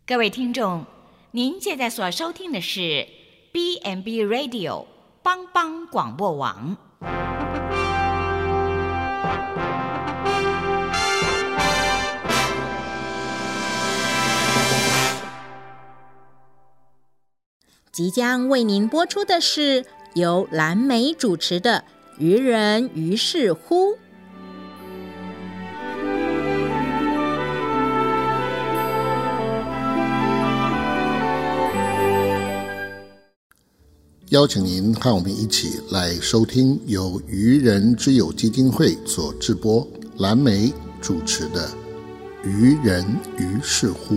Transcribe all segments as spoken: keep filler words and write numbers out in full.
各位听众，您现在所收听的是 B and B Radio 帮帮广播网。 即将为您播出的是由蓝莓主持的《愚人于是乎》。 邀请您和我们一起来收听由愚人之友基金会所制播、蓝莓主持的《愚人于是乎》。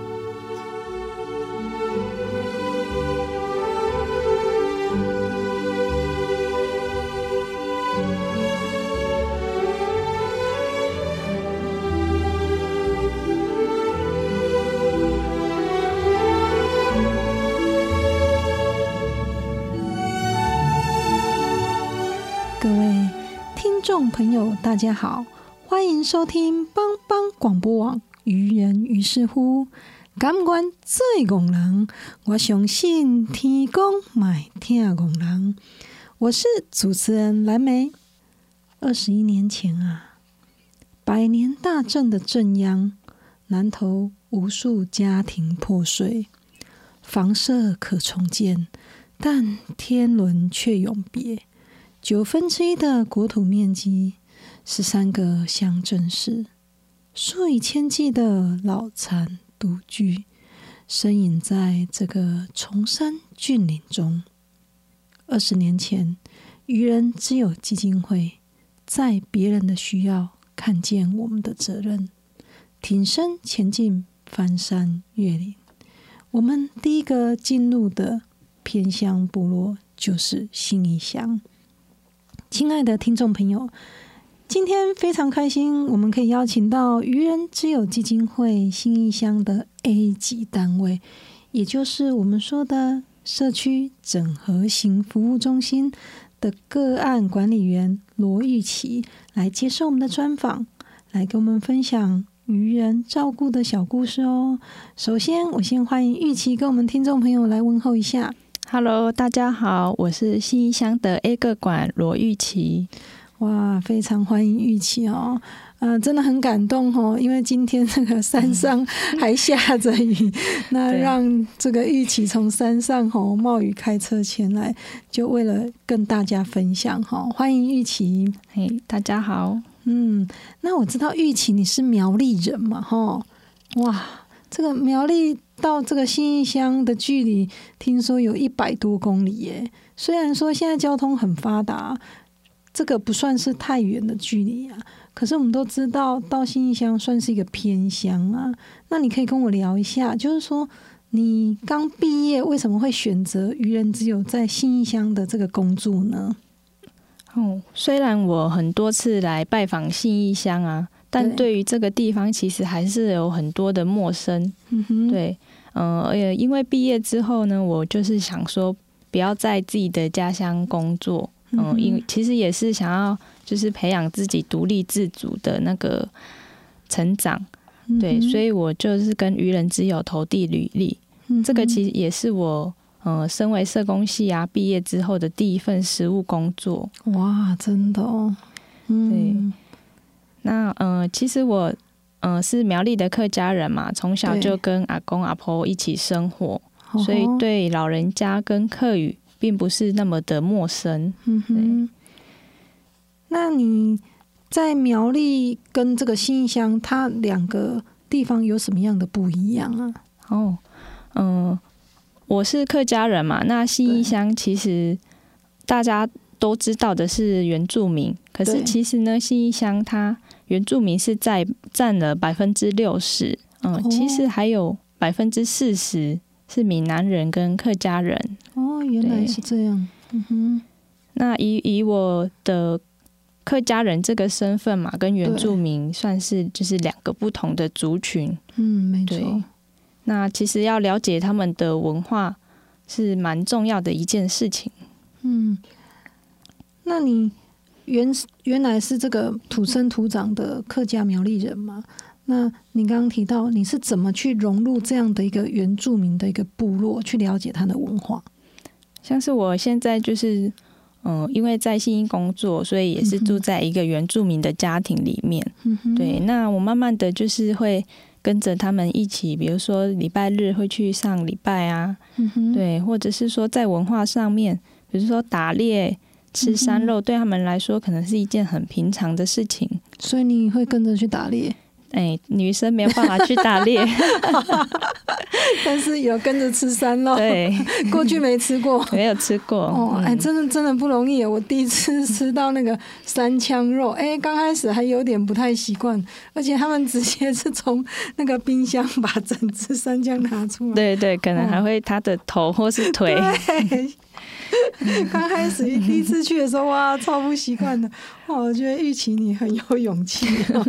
朋友大家好，欢迎收听帮帮广播网愚人于是乎。感恩最戆人，我相信天公也听戆人。我是主持人蓝莓。二十一年前啊，百年大震的震央，南投无数家庭破碎，房舍可重建，但天伦却永别。九分之一的国土面积，十三个乡镇市，数以千计的老残独居，身隐在这个崇山峻岭中。二十年前，愚人之友基金会在别人的需要看见我们的责任，挺身前进，翻山越岭。我们第一个进入的偏乡部落就是信义乡。亲爱的听众朋友，今天非常开心，我们可以邀请到愚人之友基金会信义乡的 A 级单位，也就是我们说的社区整合型服务中心的个案管理员罗玉琪，来接受我们的专访，来跟我们分享愚人照顾的小故事哦。首先，我先欢迎玉琪跟我们听众朋友来问候一下。 Hello， 大家好，我是信义乡的 A 个管罗玉琪。 哇，非常欢迎玉琪哦，呃，真的很感动哦，因为今天这个山上还下着雨，嗯、那让这个玉琪从山上哦冒雨开车前来，就为了跟大家分享哈、哦，欢迎玉琪。 嘿，大家好。 嗯，那我知道玉琪你是苗栗人嘛，哈，哇，这个苗栗到这个信义乡的距离，听说有一百多公里耶。虽然说现在交通很发达，这个不算是太远的距离啊。可是我们都知道，到信义乡算是一个偏乡啊。那你可以跟我聊一下，就是说你刚毕业，为什么会选择愚人之友在信义乡的这个工作呢？ 哦，虽然我很多次来拜访信义乡啊。但对于这个地方，其实还是有很多的陌生。嗯哼，对，嗯、呃，因为毕业之后呢，我就是想说，不要在自己的家乡工作，嗯、呃，因为其实也是想要就是培养自己独立自主的那个成长。嗯、对，所以我就是跟愚人之友投递履历。嗯、这个其实也是我呃，身为社工系啊毕业之后的第一份实务工作。 哇，真的哦，嗯、 对。那呃，其实我呃是苗栗的客家人嘛，从小就跟阿公阿婆一起生活，所以对老人家跟客语并不是那么的陌生。嗯哼， 那你在苗栗跟这个信义乡，它两个地方有什么样的不一样啊？ 哦，嗯、呃，我是客家人嘛，那信义乡其实大家都知道的是原住民，可是其实呢，信义乡它原住民是在占了百分之六十，嗯，哦、其实还有百分之四十是闽南人跟客家人。 哦，原来是这样。嗯哼， 那以以我的客家人这个身份嘛，跟原住民算是就是两个不同的族群。 嗯，没错。 那其实要了解他们的文化是蛮重要的一件事情。 嗯。那你原原来是这个土生土长的客家苗栗人嘛？ 那你刚刚提到你是怎么去融入这样的一个原住民的一个部落，去了解他的文化？ 像是我现在就是嗯、呃，因为在信义工作，所以也是住在一个原住民的家庭里面、嗯、对，那我慢慢的就是会跟着他们一起，比如说礼拜日会去上礼拜啊、嗯、对，或者是说在文化上面，比如说打猎吃山肉、嗯、对他们来说可能是一件很平常的事情。 所以你会跟着去打猎？ 哎，女生没有办法去打猎但是有跟着吃山肉。 对， 过去没吃过。 没有吃过。 哦，哎、嗯，真的真的不容易。我第一次吃到那个山羌肉，哎，刚开始还有点不太习惯，而且他们直接是从那个冰箱把整只山羌拿出来。 对对，可能还会他的头或是腿。 对。刚开始第一次去的时候，哇，超不习惯的。哇，我觉得玉琪你很有勇气、哦。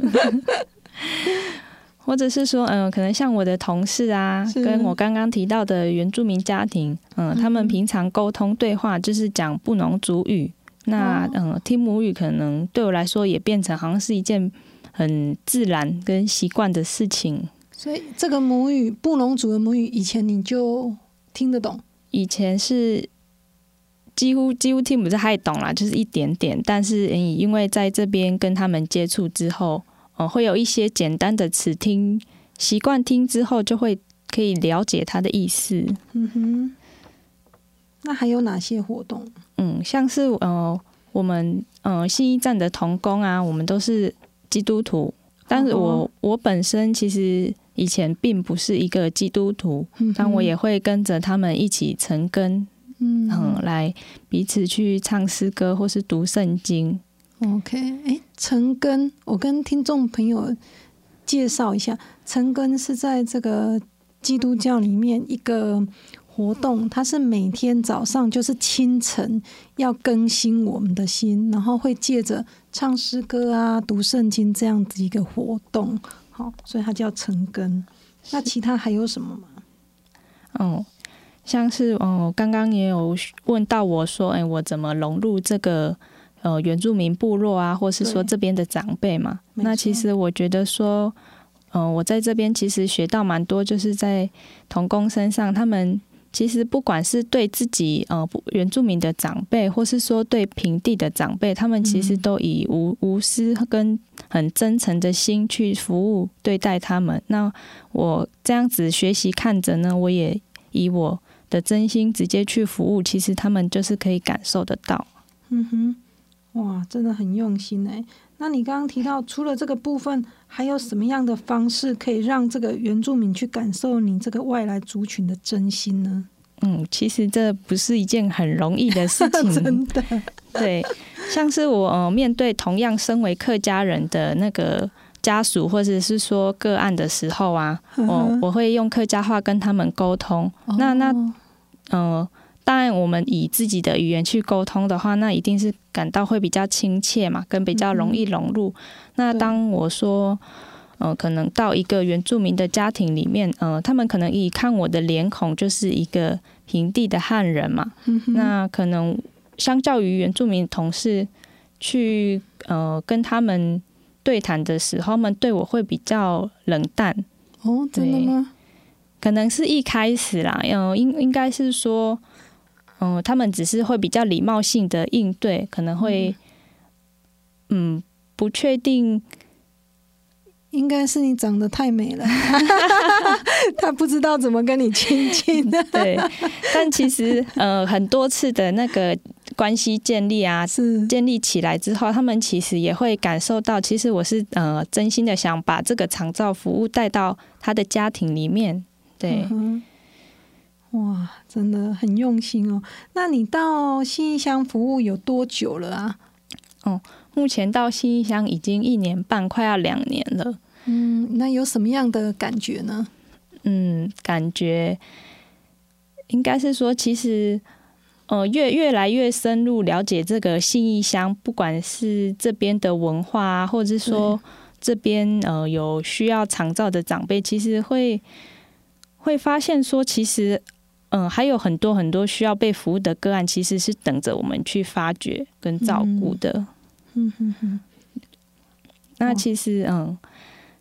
或者是说，嗯、呃，可能像我的同事啊，跟我刚刚提到的原住民家庭，嗯、呃，他们平常沟通对话就是讲布农族语，那嗯、呃，听母语可能对我来说也变成好像是一件很自然跟习惯的事情。 所以这个母语，布农族的母语，以前你就听得懂？ 以前是几乎几乎听不太懂啦，就是一点点。但是因为在这边跟他们接触之后，呃，会有一些简单的词听，习惯听之后，就会可以了解它的意思。 嗯哼。那还有哪些活动？ 嗯，像是呃，我们呃信义站的同工啊，我们都是基督徒，但是我、哦、我本身其实以前并不是一个基督徒，嗯、但我也会跟着他们一起晨更。嗯, 嗯，来彼此去唱诗歌或是读圣经。 OK， 哎，晨更，我跟听众朋友介绍一下，晨更是在这个基督教里面一个活动，它是每天早上就是清晨要更新我们的心，然后会借着唱诗歌啊、读圣经这样子一个活动，好，所以它叫晨更。那其他还有什么吗？ 哦。像是哦，刚刚也有问到我说，哎，我怎么融入这个呃原住民部落啊，或是说这边的长辈嘛？那其实我觉得说，呃，我在这边其实学到蛮多，就是在同工身上，他们其实不管是对自己呃原住民的长辈，或是说对平地的长辈，他们其实都以无无私跟很真诚的心去服务对待他们。那我这样子学习看着呢，我也以我的真心直接去服务，其实他们就是可以感受得到。 嗯哼，哇，真的很用心哎。那你刚刚提到，除了这个部分，还有什么样的方式可以让这个原住民去感受你这个外来族群的真心呢？ 嗯，其实这不是一件很容易的事情， 真的。 对，像是我、呃、面对同样身为客家人的那个家属或者是说个案的时候啊，我我会用客家话跟他们沟通。哦、那那呃，当然我们以自己的语言去沟通的话，那一定是感到会比较亲切嘛，跟比较容易融入。嗯、那当我说呃，可能到一个原住民的家庭里面，呃，他们可能以看我的脸孔就是一个平地的汉人嘛，嗯、那可能相较于原住民同事去呃跟他们对谈的时候，他们对我会比较冷淡。 哦，真的吗？ 可能是一开始啦，呃，应应该是说，嗯、呃，他们只是会比较礼貌性的应对，可能会，嗯，嗯不确定。 应该是你长得太美了，他不知道怎么跟你亲近。 对，但其实呃很多次的那个关系建立啊，是建立起来之后，他们其实也会感受到，其实我是呃真心的想把这个长照服务带到他的家庭里面。对， 嗯、哇，真的很用心哦。那你到信义乡服务有多久了啊？ 哦，目前到信义乡已经一年半，快要两年了。 嗯，那有什么样的感觉呢？ 嗯，感觉应该是说，其实呃，越越来越深入了解这个信义乡，不管是这边的文化啊，或者是说这边呃有需要长照的长辈，其实会会发现说，其实嗯、呃，还有很多很多需要被服务的个案，其实是等着我们去发掘跟照顾的。 嗯哼哼。 那其实嗯，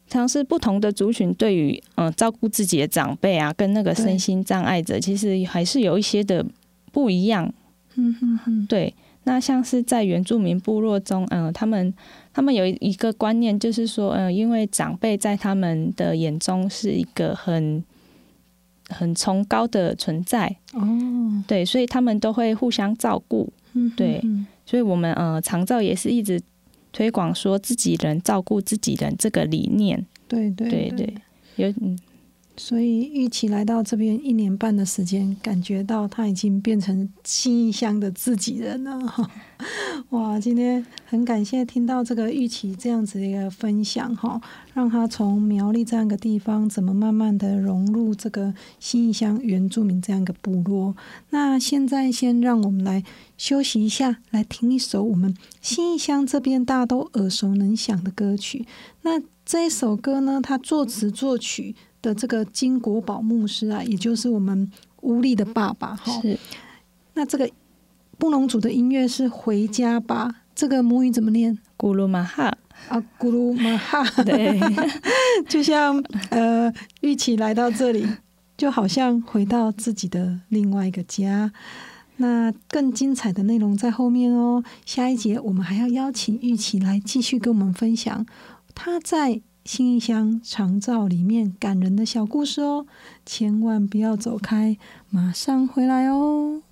像是不同的族群对于呃照顾自己的长辈啊，跟那个身心障碍者，其实还是有一些的不一样。 嗯哼哼， 对。那像是在原住民部落中，嗯、呃，他们他们有一个观念，就是说，嗯、呃，因为长辈在他们的眼中是一个很很崇高的存在， 哦， 对，所以他们都会互相照顾， 嗯哼哼， 对，所以我们呃长照也是一直推广说自己人照顾自己人这个理念， 对对对对，有嗯。 所以玉琪来到这边一年半的时间，感觉到他已经变成新义乡的自己人了。哇，今天很感谢听到这个玉琪这样子的一个分享，让他从苗栗这样一个地方怎么慢慢的融入这个新义乡原住民这样一个部落。那现在先让我们来休息一下，来听一首我们新义乡这边大家都耳熟能详的歌曲。那这一首歌呢，他作词作曲的这个金国宝牧师啊，也就是我们乌力的爸爸哈。 是。 那这个布农族的音乐是回家吧？这个母语怎么念？ 咕噜玛哈啊，咕噜玛哈。 对， 就像呃，玉琪来到这里，就好像回到自己的另外一个家。那更精彩的内容在后面哦。下一节我们还要邀请玉琪来继续跟我们分享他在新义乡长照里面感人的小故事哦，千万不要走开，马上回来哦。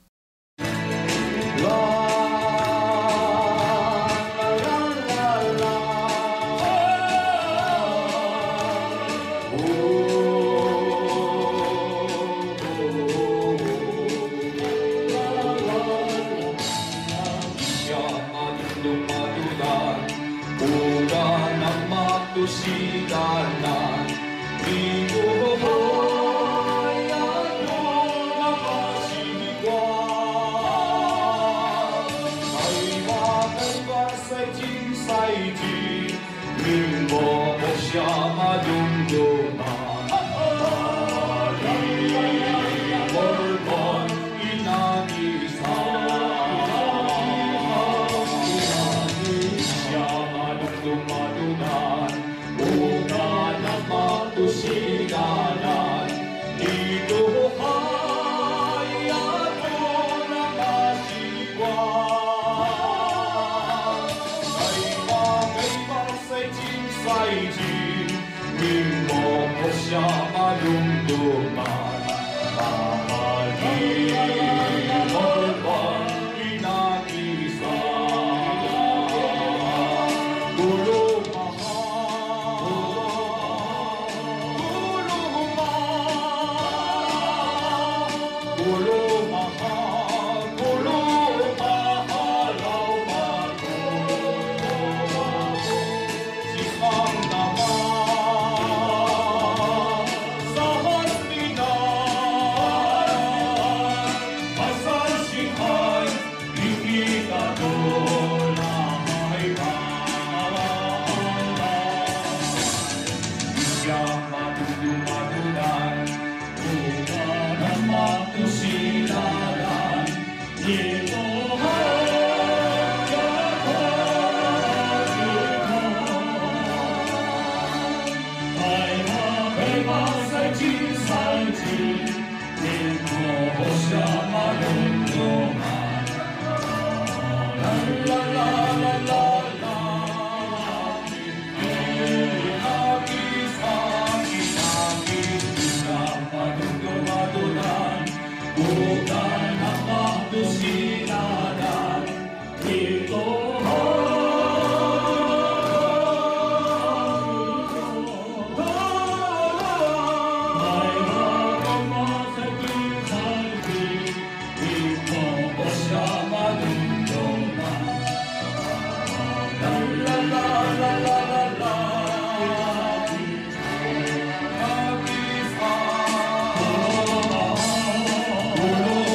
Oh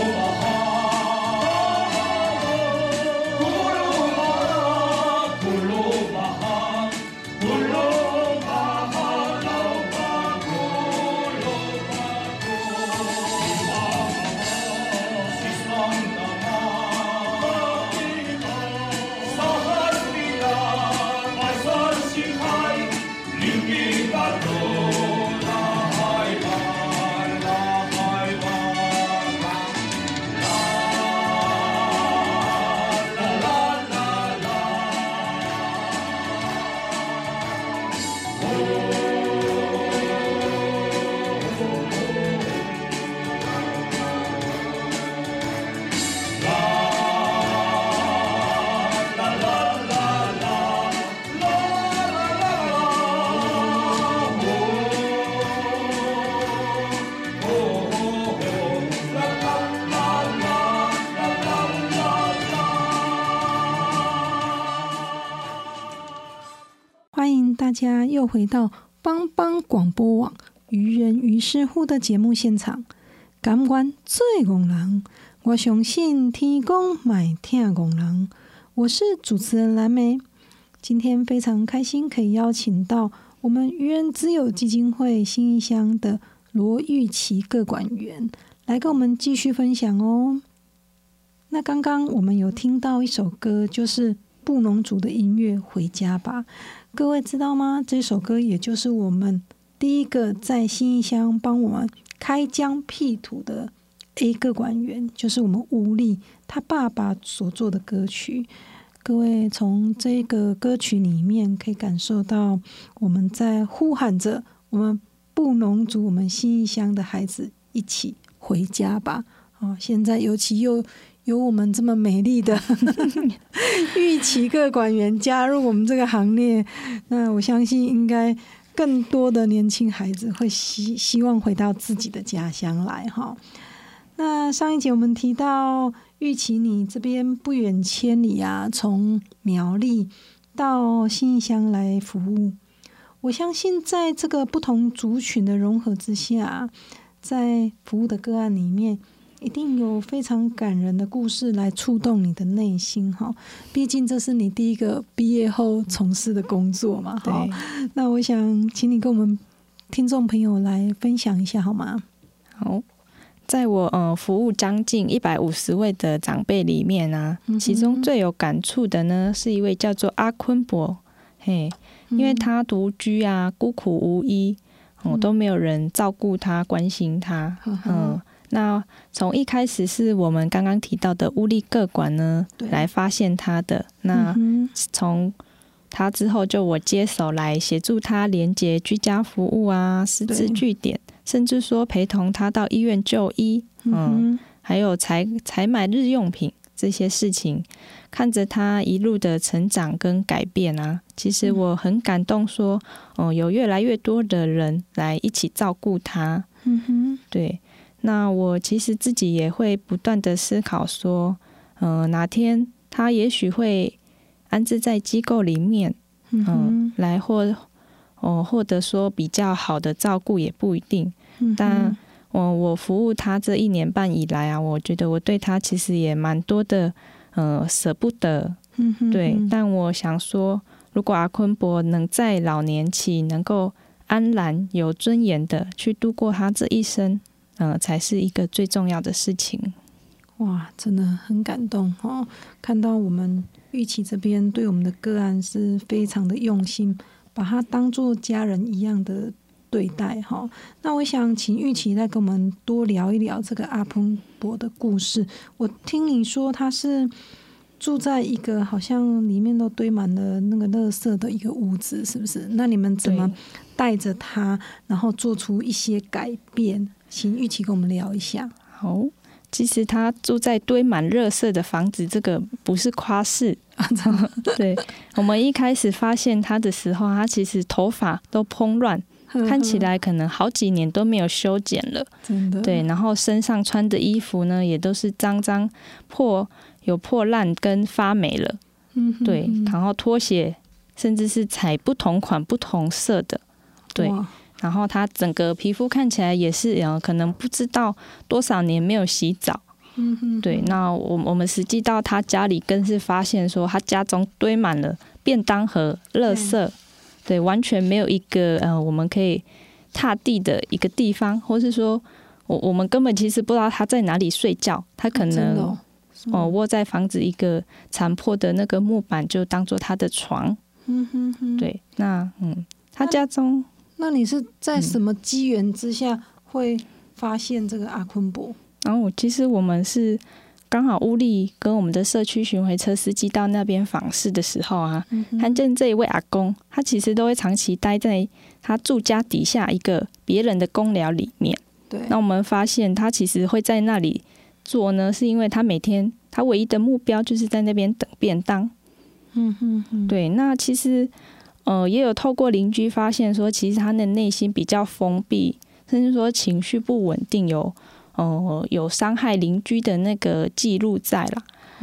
家又回到帮帮广播网愚人于是乎的节目现场。感官最戆人，我相信天公买听戆人。我是主持人蓝莓，今天非常开心可以邀请到我们愚人之友基金会新义乡的罗玉琪各管员来跟我们继续分享哦。那刚刚我们有听到一首歌，就是布农族的音乐《回家吧》，各位知道吗？这首歌也就是我们第一个在新义乡帮我们开疆辟土的 A 个管员，就是我们吴力他爸爸所做的歌曲。各位从这个歌曲里面可以感受到我们在呼喊着我们布农族我们新义乡的孩子一起回家吧。哦，现在尤其又有我们这么美丽的玉琪各管员加入我们这个行列，那我相信应该更多的年轻孩子会希希望回到自己的家乡来哈。那上一节我们提到玉琪你这边不远千里啊，从苗栗到新义乡来服务，我相信在这个不同族群的融合之下，在服务的个案里面一定有非常感人的故事来触动你的内心哈，毕竟这是你第一个毕业后从事的工作嘛。 对， 那我想请你跟我们听众朋友来分享一下好吗？ 好，在我呃服务将近一百五十位的长辈里面啊，嗯、其中最有感触的呢是一位叫做阿坤伯，嘿，因为他独居啊，孤苦无依，哦、嗯，都没有人照顾他、关心他，嗯。嗯那从一开始是我们刚刚提到的乌力个管呢来发现他的，那从他之后就我接手来协助他连结居家服务啊、师资据点，甚至说陪同他到医院就医，嗯，嗯还有采采买日用品这些事情，看着他一路的成长跟改变啊，其实我很感动说，哦、呃，有越来越多的人来一起照顾他，嗯哼，对。那我其实自己也会不断的思考说，呃，哪天他也许会安置在机构里面，嗯、呃，来或哦获得说比较好的照顾也不一定。嗯、但我、呃、我服务他这一年半以来啊，我觉得我对他其实也蛮多的，呃，舍不得。嗯、对，但我想说，如果阿坤伯能在老年期能够安然有尊严的去度过他这一生。呃，才是一个最重要的事情。 哇，真的很感动哦！看到我们玉琪这边对我们的个案是非常的用心，把他当作家人一样的对待哈。那我想请玉琪再跟我们多聊一聊这个阿坤伯的故事。我听你说他是住在一个好像里面都堆满了那个垃圾的一个屋子，是不是？那你们怎么带着他，然后做出一些改变？请玉琪跟我们聊一下。 好，其实他住在堆满垃圾的房子，这个不是夸饰。对，我们一开始发现他的时候，他其实头发都蓬乱，看起来可能好几年都没有修剪了。真的。对，然后身上穿的衣服呢，也都是脏脏、破、有破烂跟发霉了。嗯哼哼。对，然后拖鞋甚至是踩不同款、不同色的。对。然后他整个皮肤看起来也是，呃，可能不知道多少年没有洗澡。嗯哼，对。那我我们实际到他家里，更是发现说，他家中堆满了便当盒、垃圾，嗯、对，完全没有一个呃我们可以踏地的一个地方，或是说，我我们根本其实不知道他在哪里睡觉，他可能哦、呃、窝在房子一个残破的那个木板，就当做他的床。嗯哼哼，对。那嗯，他家中。 那你是在什么机缘之下会发现这个阿坤伯？ 然后其实我们是刚好乌力跟我们的社区巡回车司机到那边访视的时候啊，嗯、看见这一位阿公，他其实都会长期待在他住家底下一个别人的公寮里面。对。那我们发现他其实会在那里做呢，是因为他每天他唯一的目标就是在那边等便当。嗯哼哼。对，那其实。呃，也有透过邻居发现说，其实他的内心比较封闭，甚至说情绪不稳定，有呃有伤害邻居的那个记录在啦。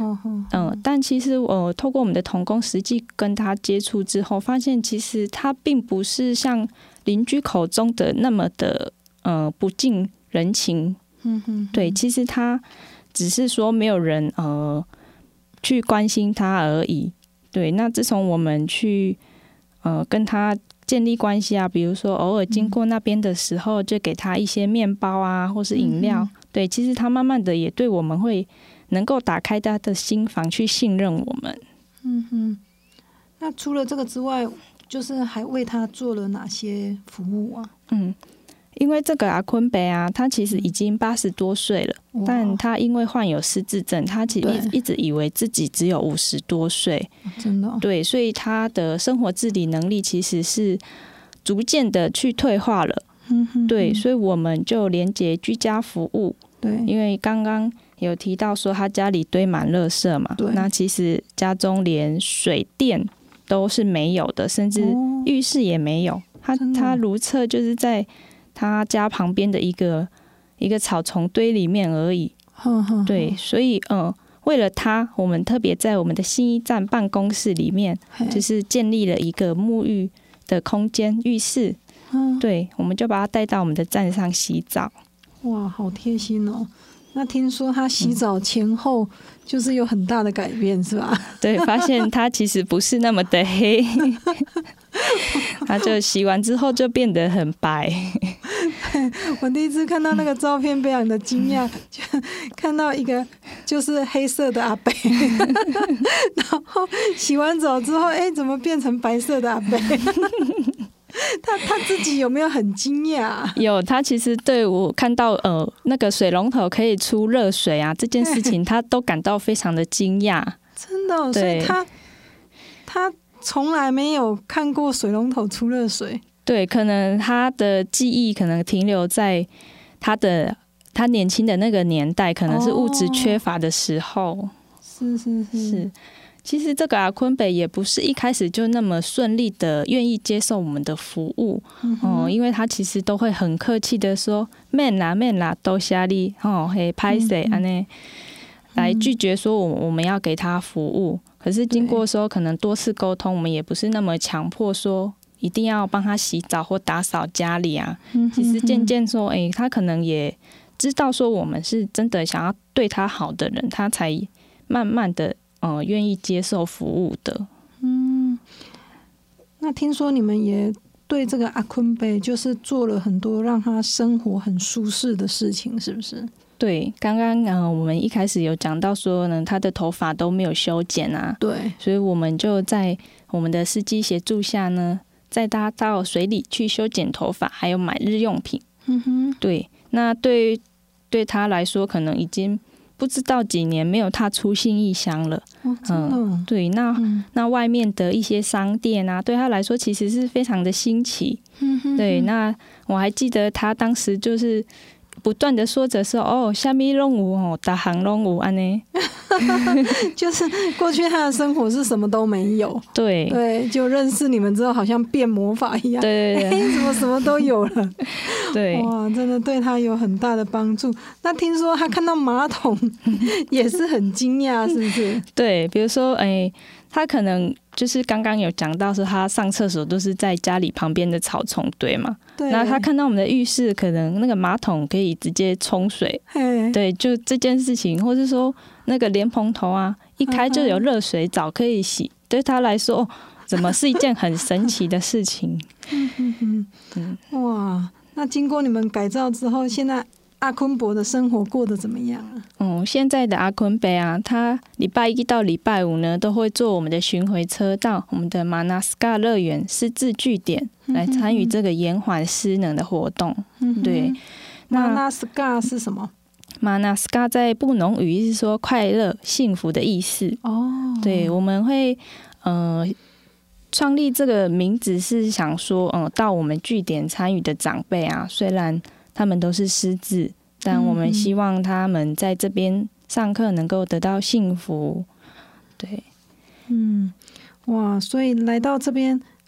哦哦嗯，但其实我、呃、透过我们的同工实际跟他接触之后，发现其实他并不是像邻居口中的那么的呃不近人情。 嗯哼， 对，其实他只是说没有人呃去关心他而已。对，那自从我们去呃跟他建立关系啊，比如说偶尔经过那边的时候，就给他一些面包啊，或是饮料。嗯、对，其实他慢慢的也对我们会能够打开他的心房，去信任我们。 嗯哼，那除了这个之外，就是还为他做了哪些服务啊？ 嗯。因为这个阿坤伯啊，他其实已经八十多岁了，嗯、但他因为患有失智症，他其实一直以为自己只有五十多岁， 真的、哦、 对，所以他的生活自理能力其实是逐渐的去退化了。 嗯哼哼， 对，所以我们就连结居家服务。 对， 因为刚刚有提到说他家里堆满垃圾嘛，那其实家中连水电都是没有的，甚至浴室也没有。哦、他他如厕就是在他家旁边的一个一个草丛堆里面而已。 呵呵呵， 对，所以呃，为了他，我们特别在我们的信义站办公室里面，就是建立了一个沐浴的空间浴室。 嗯， 对，我们就把他带到我们的站上洗澡。 哇，好贴心哦！那听说他洗澡前后就是有很大的改变，是吧？ 对，发现他其实不是那么的黑。他就洗完之后就变得很白。 我第一次看到那个照片，非常的惊讶，就看到一个就是黑色的阿伯，然后洗完澡之后，哎，怎么变成白色的阿伯？他他自己有没有很惊讶？ 有，他其实对我看到呃那个水龙头可以出热水啊这件事情，他都感到非常的惊讶。 真的、哦，所以他他从来没有看过水龙头出热水。 对，可能他的记忆可能停留在他的他年轻的那个年代，可能是物质缺乏的时候。哦、 是是是。 是其实这个阿坤北也不是一开始就那么顺利的愿意接受我们的服务。嗯哦、因为他其实都会很客气的说免啦免啦多谢你哦嘿拍谁安呢，来拒绝说我我们要给他服务。可是经过说可能多次沟通，我们也不是那么强迫说一定要帮他洗澡或打扫家里啊。嗯、其实渐渐说，哎、欸，他可能也知道说我们是真的想要对他好的人，他才慢慢的呃愿意接受服务的。 嗯，那听说你们也对这个阿坤贝就是做了很多让他生活很舒适的事情，是不是？ 对，刚刚呃我们一开始有讲到说呢，他的头发都没有修剪啊， 对， 所以我们就在我们的司机协助下呢，载他到水里去修剪头发，还有买日用品。 嗯哼， 对，那对对他来说，可能已经不知道几年没有踏出信义乡了。 哦，真的、 嗯，对，那、嗯、那外面的一些商店啊，对他来说其实是非常的新奇。 嗯哼哼， 对，那我还记得他当时就是不断的说着说哦，虾米拢有哦，大行拢有安呢。 就是过去他的生活是什么都没有， 对对，就认识你们之后，好像变魔法一样， 对对对， 欸、怎么什么都有了， 对， 哇，真的对他有很大的帮助。那听说他看到马桶也是很惊讶，是不是？ 对，比如说，哎、欸，他可能就是刚刚有讲到说，他上厕所都是在家里旁边的草丛堆嘛， 对， 然后他看到我们的浴室，可能那个马桶可以直接冲水，对，就这件事情，或是说那个莲蓬头啊，一开就有热水澡可以洗，对他来说，哦，怎么是一件很神奇的事情？ 嗯嗯嗯嗯，哇，那经过你们改造之后，现在阿坤伯的生活过得怎么样啊？ 嗯，现在的阿坤伯啊，他礼拜一到礼拜五呢，都会坐我们的巡回车到我们的马纳斯卡乐园失智据点来参与这个延缓失能的活动。嗯、对， 马纳斯卡是什么？ 马纳斯卡在布农语是说快乐、幸福的意思。 哦， 对，我们会呃创立这个名字是想说，嗯、呃，到我们据点参与的长辈啊，虽然他们都是失智，但我们希望他们在这边上课能够得到幸福。对， 嗯，哇，所以来到这边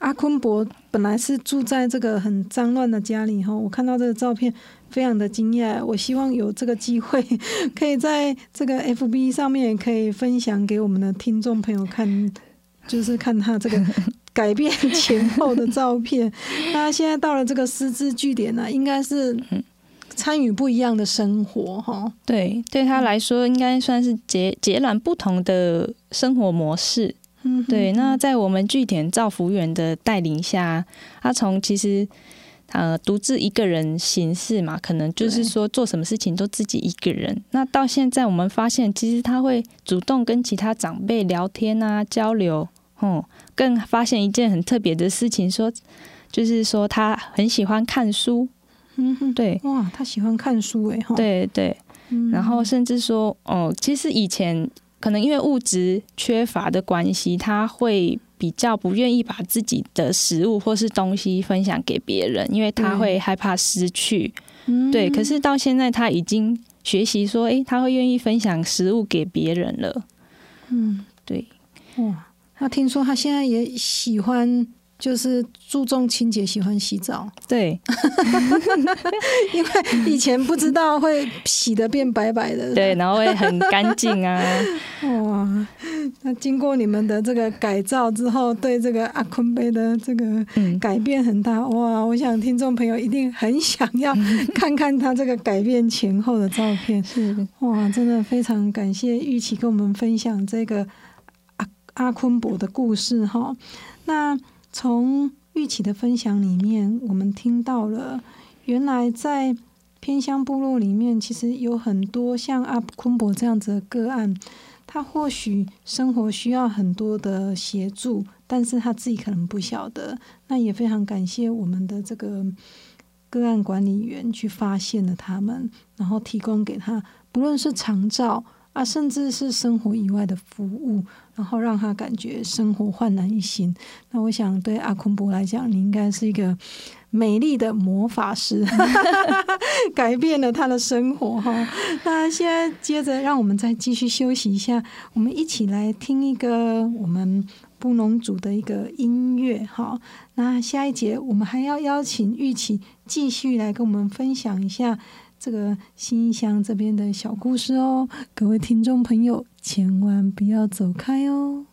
阿坤伯本来是住在这个很脏乱的家里哈，我看到这个照片非常的惊讶。我希望有这个机会，可以在这个 F B 上面也可以分享给我们的听众朋友看，就是看他这个改变前后的照片。那现在到了这个失智据点呢、啊，应该是参与不一样的生活哈。 对，对他来说应该算是截截然不同的生活模式。对，那在我们据点赵福源的带领下，他从其实呃独自一个人行事嘛，可能就是说做什么事情都自己一个人。那到现在我们发现，其实他会主动跟其他长辈聊天啊，交流。嗯，更发现一件很特别的事情，说就是说他很喜欢看书。 嗯哼， 对， 哇，他喜欢看书哎， 对对、嗯，然后甚至说哦，其实以前。可能因为物质缺乏的关系，他会比较不愿意把自己的食物或是东西分享给别人，因为他会害怕失去。嗯、对，可是到现在他已经学习说，哎，他会愿意分享食物给别人了。嗯，对。 哇，那听说他现在也喜欢。就是注重清洁，喜欢洗澡。 对， 因为以前不知道会洗得变白白的。 对，然后会很干净啊。 哇，那经过你们的这个改造之后，对这个阿坤杯的这个改变很大。嗯、哇，我想听众朋友一定很想要看看他这个改变前后的照片。 是， 哇，真的非常感谢玉琪跟我们分享这个阿阿坤伯的故事哈。那从玉琪的分享里面，我们听到了原来在偏乡部落里面，其实有很多像阿坤伯这样子的个案，他或许生活需要很多的协助，但是他自己可能不晓得。那也非常感谢我们的这个个案管理员去发现了他们，然后提供给他不论是长照啊，甚至是生活以外的服务，然后让他感觉生活焕然一新。那我想对阿坤伯来讲，你应该是一个美丽的魔法师，改变了他的生活哈。那现在接着让我们再继续休息一下，我们一起来听一个我们布农族的一个音乐哈。那下一节我们还要邀请玉琪继续来跟我们分享一下这个新义乡这边的小故事哦，各位听众朋友千万不要走开哦。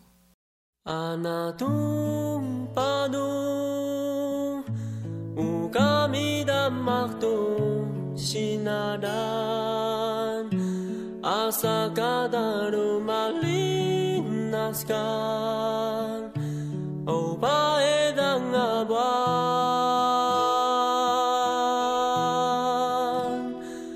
Anatong padung Ukami damaktung sinadan Asa kadaru malinaskan O paedang abuan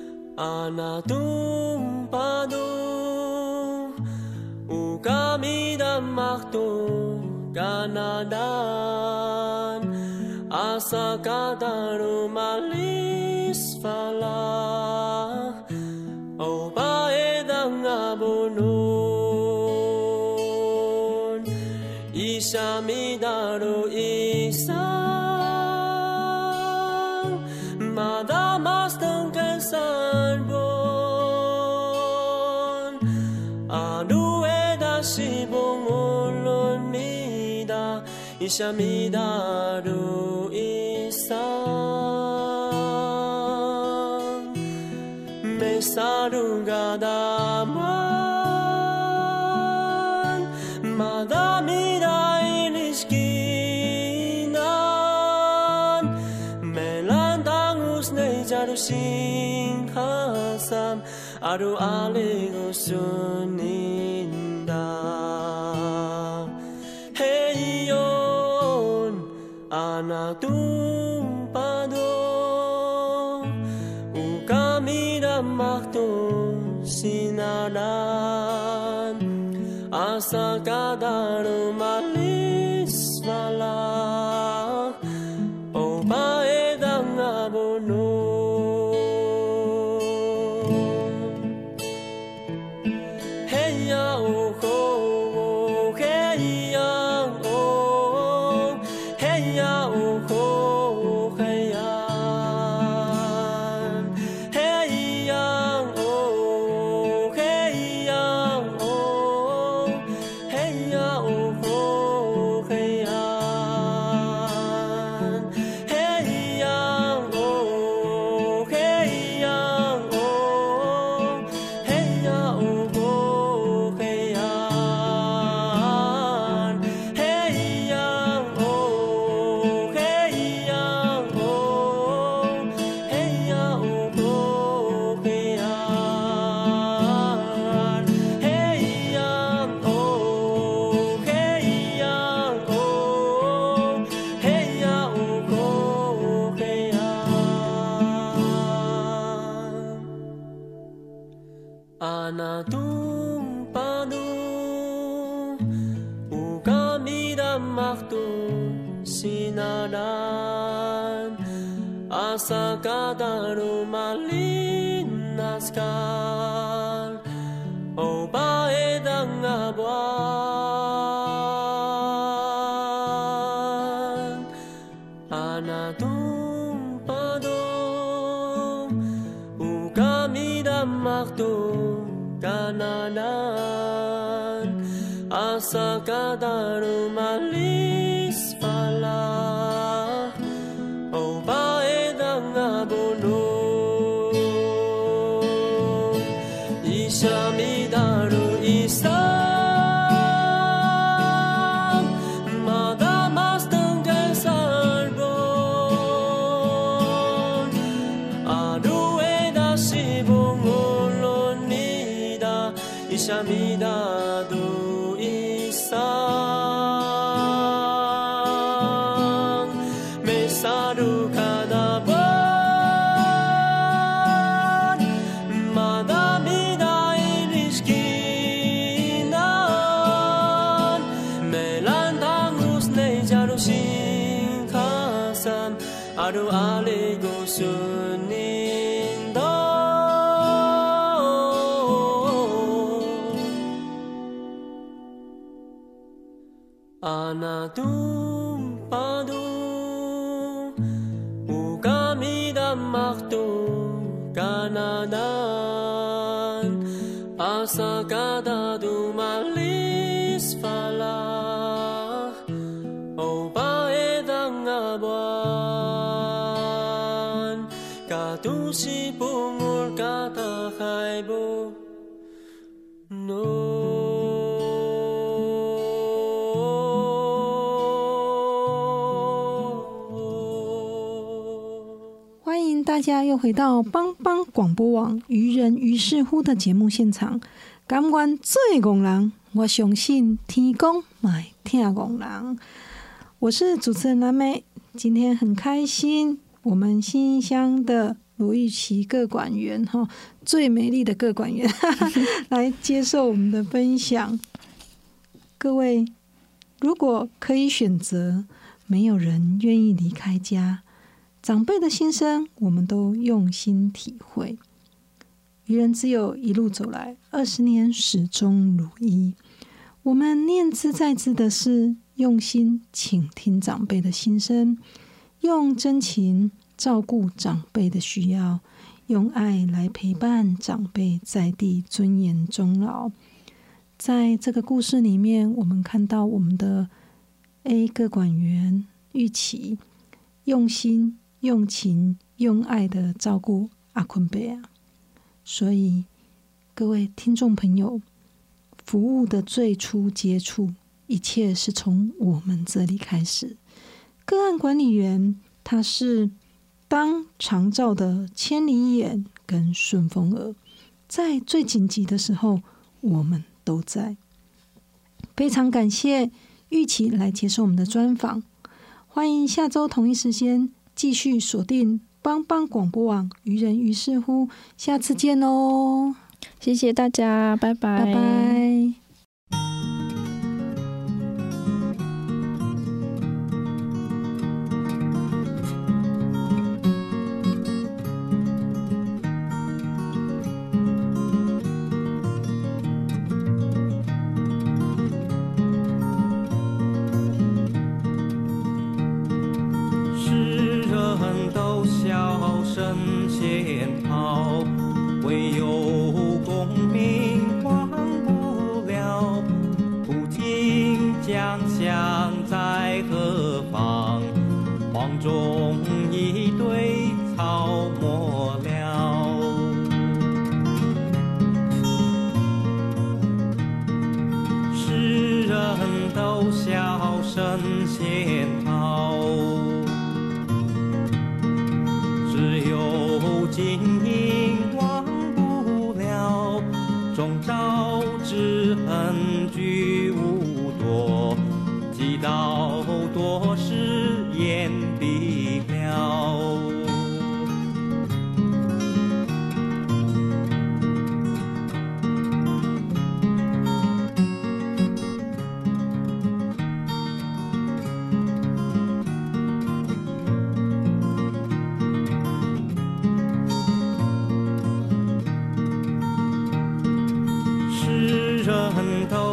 Anatong padung Ukami damaktung kanadan Asa kadaru malis falah O paedang abunun Isamidaru isang Madamas tengkan sarbon Anu eda sibong ulun nida Isamidaru isang Mesaru gadaman Madamida iliskinan Melandang usnei jaru singhasam Aru aling usuninda Hey yon Anatung padong Ukami damaktung sinadan Asa kadaru malis malah O paedang abunun Hey ya oh oh hey ya oh hey ya oh oh hey ya hey ya oh hey ya oh hey ya oh Anadung padu Ukami damaktu sinaran Asa kadaru malinaskan O baedang abuan Anadung padu Ukami damaktu kananan asa kadaru malis pala o baedang abono isami daru isang madamas tengkai sarbon adu eda sibung Ishamida do isang Mesaru kadaban Madamida iliskinan Melantangus nejaru singkasam Aru aligo suninda Anadung padu Ukami damaktu kananan Asa kadadu malis falah O baedang abuan Katusi pungul kata khaibu No 大家又回到帮帮广播网愚人于是乎的节目现场，感官最戆人，我相信天公买听戆人。我是主持人蓝莓，今天很开心，我们新乡的罗玉琪各管员哈，最美丽的各管员来接受我们的分享。各位，如果可以选择，没有人愿意离开家。长辈的心声，我们都用心体会。愚人之友一路走来，二十年始终如一。我们念兹在兹的是用心倾听长辈的心声，用真情照顾长辈的需要，用爱来陪伴长辈在地尊严终老。在这个故事里面，我们看到我们的 A 各管员玉琪用心。用情用爱的照顾阿坤贝啊，所以各位听众朋友，服务的最初接触，一切是从我们这里开始。个案管理员他是当长照的千里眼跟顺风耳，在最紧急的时候，我们都在。非常感谢玉琪来接受我们的专访，欢迎下周同一时间。继续锁定帮帮广播网愚人于是乎，下次见哦！ 谢谢大家，拜拜， 拜拜。 唯有功名忘不了，古今将相在何方？黄中一堆草没了。世人都笑神仙逃，只有金银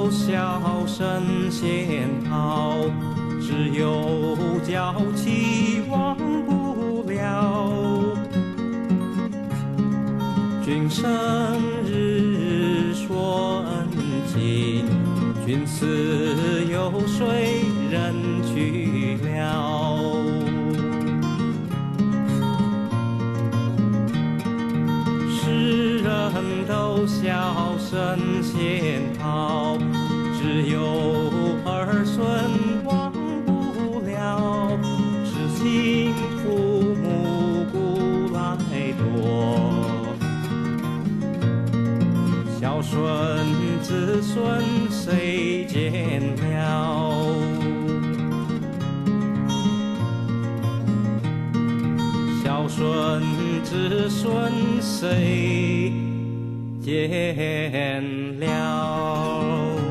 都销声先逃，只有娇妻忘不了。君生日说恩情，君死有谁人去了？世人都销声先逃，只有儿孙忘不了。痴情父母古来多，孝顺子孙谁见了？孝顺子孙谁见了？